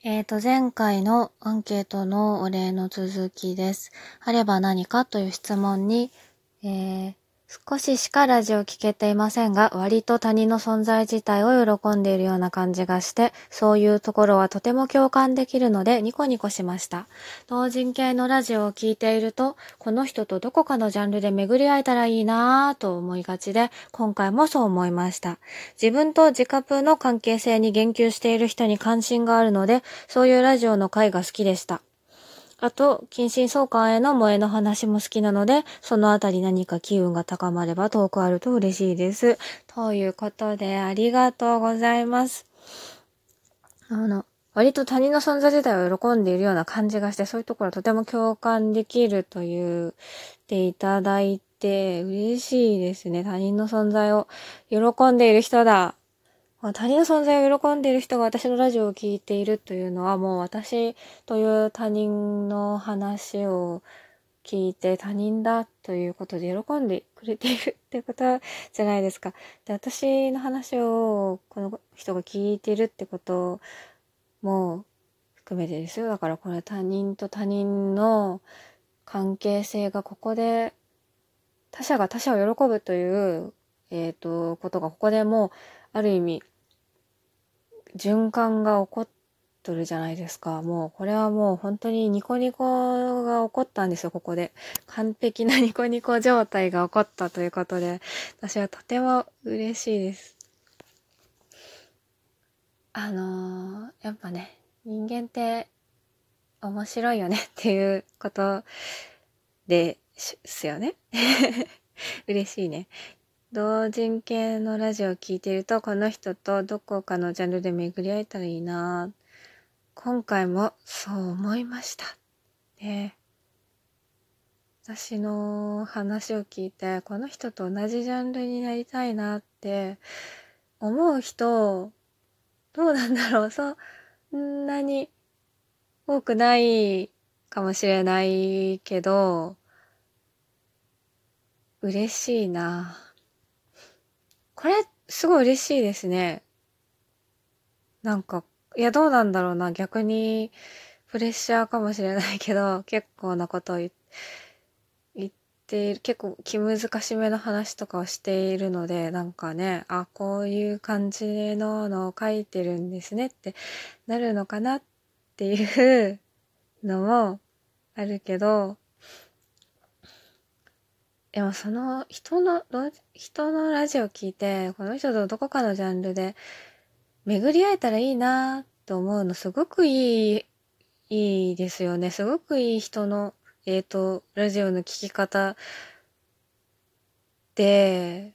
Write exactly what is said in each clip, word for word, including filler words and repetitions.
えーと、前回のアンケートのお礼の続きです。あれば何かという質問に、えー、少ししかラジオ聞けていませんが、割と他人の存在自体を喜んでいるような感じがして、そういうところはとても共感できるのでニコニコしました。同人系のラジオを聞いていると、この人とどこかのジャンルで巡り会えたらいいなぁと思いがちで、今回もそう思いました。自分と自覚の関係性に言及している人に関心があるので、そういうラジオの回が好きでした。あと、近親相関への萌えの話も好きなので、そのあたり何か機運が高まればトークあると嬉しいです。ということで、ありがとうございます。あの、割と他人の存在自体を喜んでいるような感じがして、そういうところとても共感できると言っていただいて、嬉しいですね。他人の存在を喜んでいる人だ。他人の存在を喜んでいる人が私のラジオを聞いているというのは、もう私という他人の話を聞いて他人だということで喜んでくれているってことじゃないですか。で、私の話をこの人が聞いているってことも含めてですよ。だからこれ他人と他人の関係性がここで他者が他者を喜ぶという、えっと、ことがここでもうある意味循環が起こっとるじゃないですか。もうこれはもう本当にニコニコが起こったんですよ、ここで。完璧なニコニコ状態が起こったということで、私はとても嬉しいです。あのー、やっぱね、人間って面白いよねっていうことですよね。嬉しいね。同人系のラジオを聞いていると、この人とどこかのジャンルで巡り会えたらいいな。今回もそう思いました。ね、私の話を聞いて、この人と同じジャンルになりたいなって思う人、どうなんだろう。そんなに多くないかもしれないけど、嬉しいな。これ、すごい嬉しいですね。なんか、いや、どうなんだろうな。逆に、プレッシャーかもしれないけど、結構なことを言っている、結構気難しめの話とかをしているので、なんかね、あ、こういう感じののを書いてるんですねってなるのかなっていうのもあるけど、でもその人の、人のラジオ聞いて、この人とどこかのジャンルで巡り会えたらいいなと思うのすごくいい、いいですよね。すごくいい人の、えっと、ラジオの聞き方で、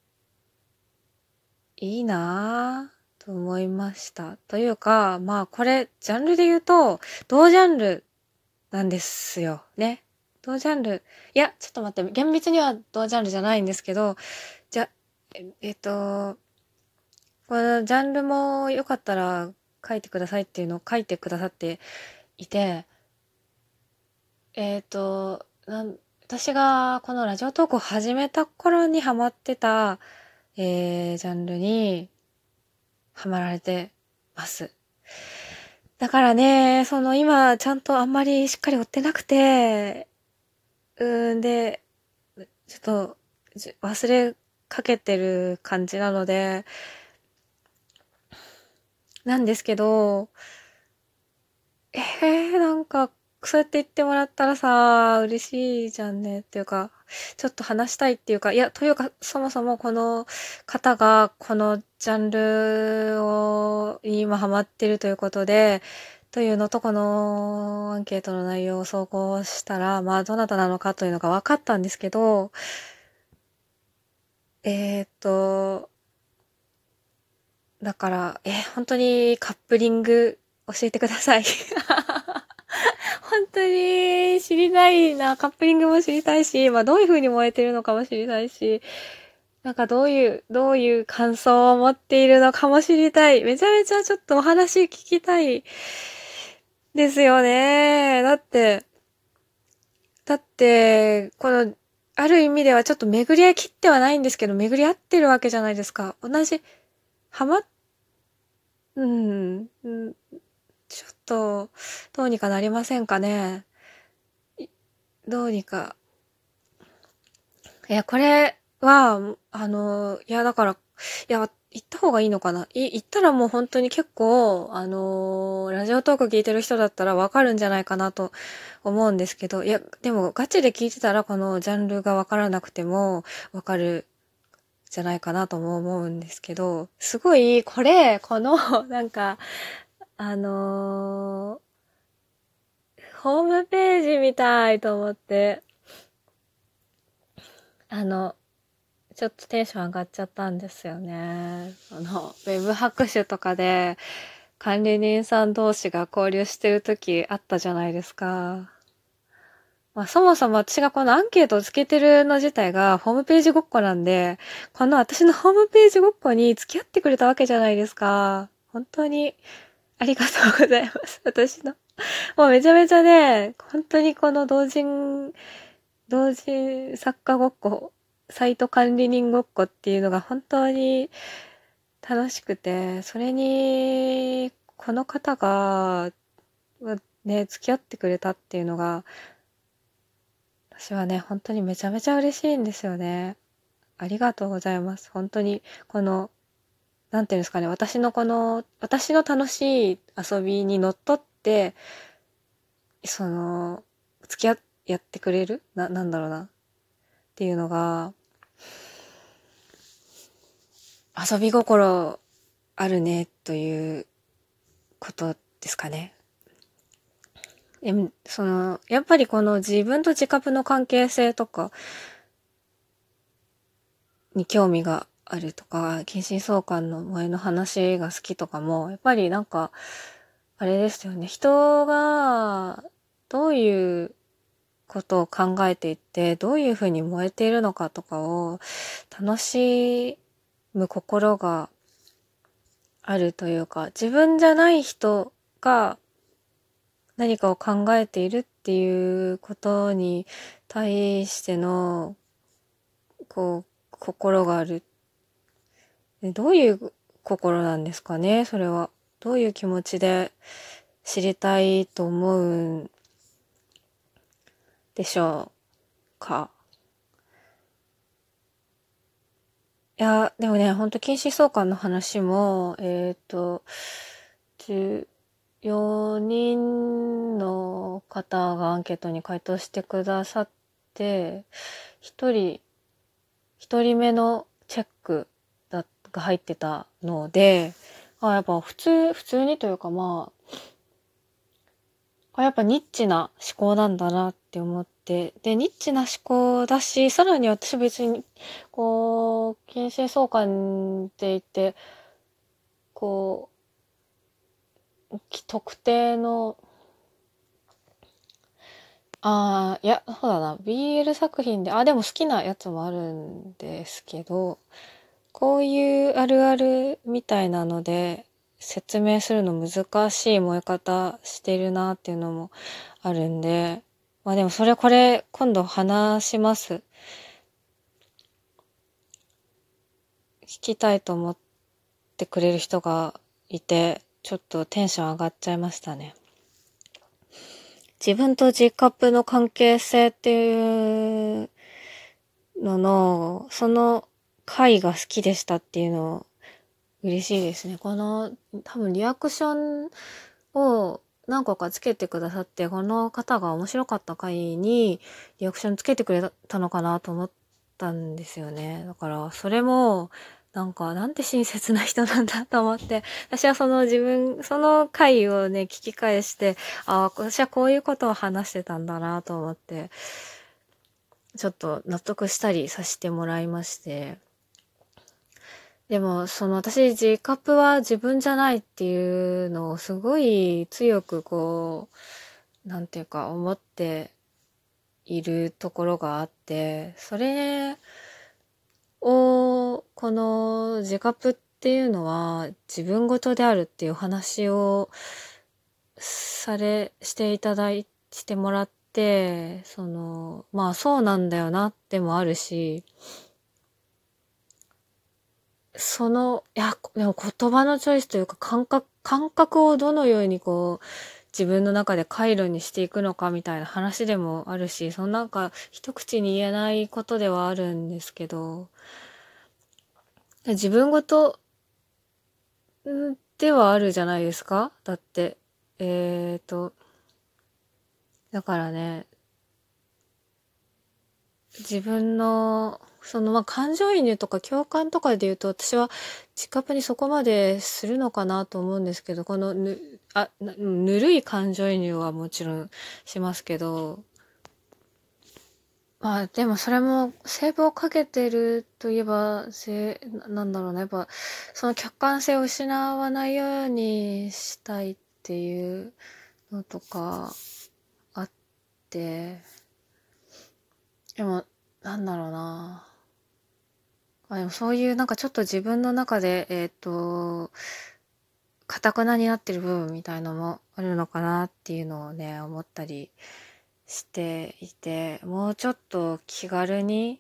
いいなぁと思いました。というか、まあこれ、ジャンルで言うと、同ジャンルなんですよね。同ジャンル。いや、ちょっと待って、厳密には同ジャンルじゃないんですけど、じゃ、え、えっと、このジャンルもよかったら書いてくださいっていうのを書いてくださっていて、えっと、なん私がこのラジオトークを始めた頃にハマってた、えー、ジャンルにハマられてます。だからね、その今ちゃんとあんまりしっかり追ってなくて、うーんで、ちょっと忘れかけてる感じなので、なんですけど、えー、なんか、そうやって言ってもらったらさ、嬉しいじゃんねっていうか、ちょっと話したいっていうか、いや、というか、そもそもこの方がこのジャンルを今ハマってるということで、というのとこのアンケートの内容を総合したら、まあどなたなのかというのが分かったんですけど、えーっと、だから、え、本当にカップリング教えてください。本当に知りたいな。カップリングも知りたいし、まあどういう風に燃えてるのかも知りたいし、なんかどういう、どういう感想を持っているのかも知りたい。めちゃめちゃちょっとお話聞きたいですよね。だって、だって、この、ある意味ではちょっと巡り合い切ってはないんですけど、巡り合ってるわけじゃないですか。同じ、はま、うん、うんちょっと、どうにかなりませんかね。どうにか。いや、これは、あの、いや、だから、いや、行った方がいいのかな。い、行ったらもう本当に結構、あのーラジオトーク聞いてる人だったらわかるんじゃないかなと思うんですけど、いや、でもガチで聞いてたらこのジャンルがわからなくてもわかるじゃないかなとも思うんですけど、すごい、これ、この、なんか、あのーホームページみたいと思って、あの、ちょっとテンション上がっちゃったんですよね。あの、ウェブ拍手とかで管理人さん同士が交流してる時あったじゃないですか。まあそもそも私がこのアンケートをつけてるの自体がホームページごっこなんで、この私のホームページごっこに付き合ってくれたわけじゃないですか。本当にありがとうございます。私の。もうめちゃめちゃね、本当にこの同人、同人作家ごっこ、サイト管理人ごっこっていうのが本当に楽しくて、それに、この方が、ね、付き合ってくれたっていうのが、私はね、本当にめちゃめちゃ嬉しいんですよね。ありがとうございます。本当に、この、なんていうんですかね、私のこの、私の楽しい遊びにのっとって、その、付き合ってやってくれるな、なんだろうな。っていうのが、遊び心あるね、ということですかね。え、その、やっぱりこの自分と自覚の関係性とかに興味があるとか、近親相関の前の話が好きとかも、やっぱりなんか、あれですよね。人が、どういうことを考えていって、どういうふうに燃えているのかとかを楽しむ心があるというか、自分じゃない人が何かを考えているっていうことに対しての、こう、心がある。どういう心なんですかね、それは。どういう気持ちで知りたいと思うんでしょうか。いや、でもね、ほんと近視相関の話も、えっと、じゅうよにんの方がアンケートに回答してくださって、一人、一人目のチェックだが入ってたので、あ、やっぱ普通、普通にというかまあ、あやっぱニッチな思考なんだなって思って、で、ニッチな思考だし、さらに私別に、こう、近親相関って言って、こう、特定の、ああ、いや、そうだな、ビーエル 作品で、あ、でも好きなやつもあるんですけど、こういうあるあるみたいなので、説明するの難しい燃え方してるなっていうのもあるんで、まあでもそれこれ今度話します。聞きたいと思ってくれる人がいて、ちょっとテンション上がっちゃいましたね。自分と G カップの関係性っていうのの、その回が好きでしたっていうの嬉しいですね。この多分リアクションを何個かつけてくださって、この方が面白かった回にリアクションつけてくれたのかなと思ったんですよね。だからそれもなんかなんて親切な人なんだと思って、私はその自分、その回をね、聞き返して、ああ、私はこういうことを話してたんだなと思って、ちょっと納得したりさせてもらいまして、でも、その私、自カップは自分じゃないっていうのをすごい強くこう、なんていうか思っているところがあって、それを、この自カップっていうのは自分ごとであるっていう話をされ、していただい、してもらって、その、まあそうなんだよなってもあるし、その、いや、でも言葉のチョイスというか感覚、 感覚をどのようにこう、自分の中で回路にしていくのかみたいな話でもあるし、そのなんか一口に言えないことではあるんですけど、自分ごとんではあるじゃないですか。だって、えーと、だからね、自分の、そのまあ感情移入とか共感とかで言うと、私は自覚にそこまでするのかなと思うんですけど、このぬ、あ、なぬるい感情移入はもちろんしますけど、まあでもそれもセーブをかけてるといえば、せななんだろうね。やっぱその客観性を失わないようにしたいっていうのとかあって、でもなんだろうな。あ、でもそういうなんかちょっと自分の中で、えっと、堅くなになってる部分みたいのもあるのかなっていうのをね、思ったりしていて、もうちょっと気軽に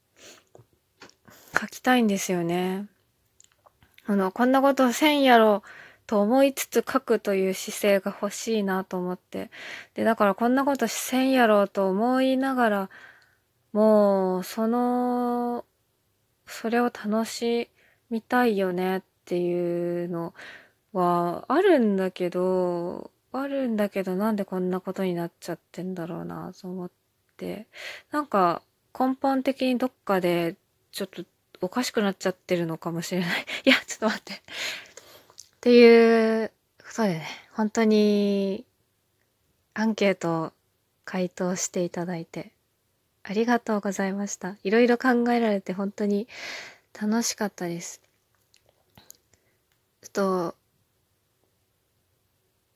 書きたいんですよね。あの、こんなことせんやろと思いつつ書くという姿勢が欲しいなと思って。で、だからこんなことせんやろと思いながら、もう、その、それを楽しみたいよねっていうのはあるんだけど、あるんだけどなんでこんなことになっちゃってんだろうなと思って。なんか根本的にどっかでちょっとおかしくなっちゃってるのかもしれない。いや、ちょっと待って。っていうことでね、本当にアンケートを回答していただいてありがとうございました。いろいろ考えられて本当に楽しかったです。ちょっと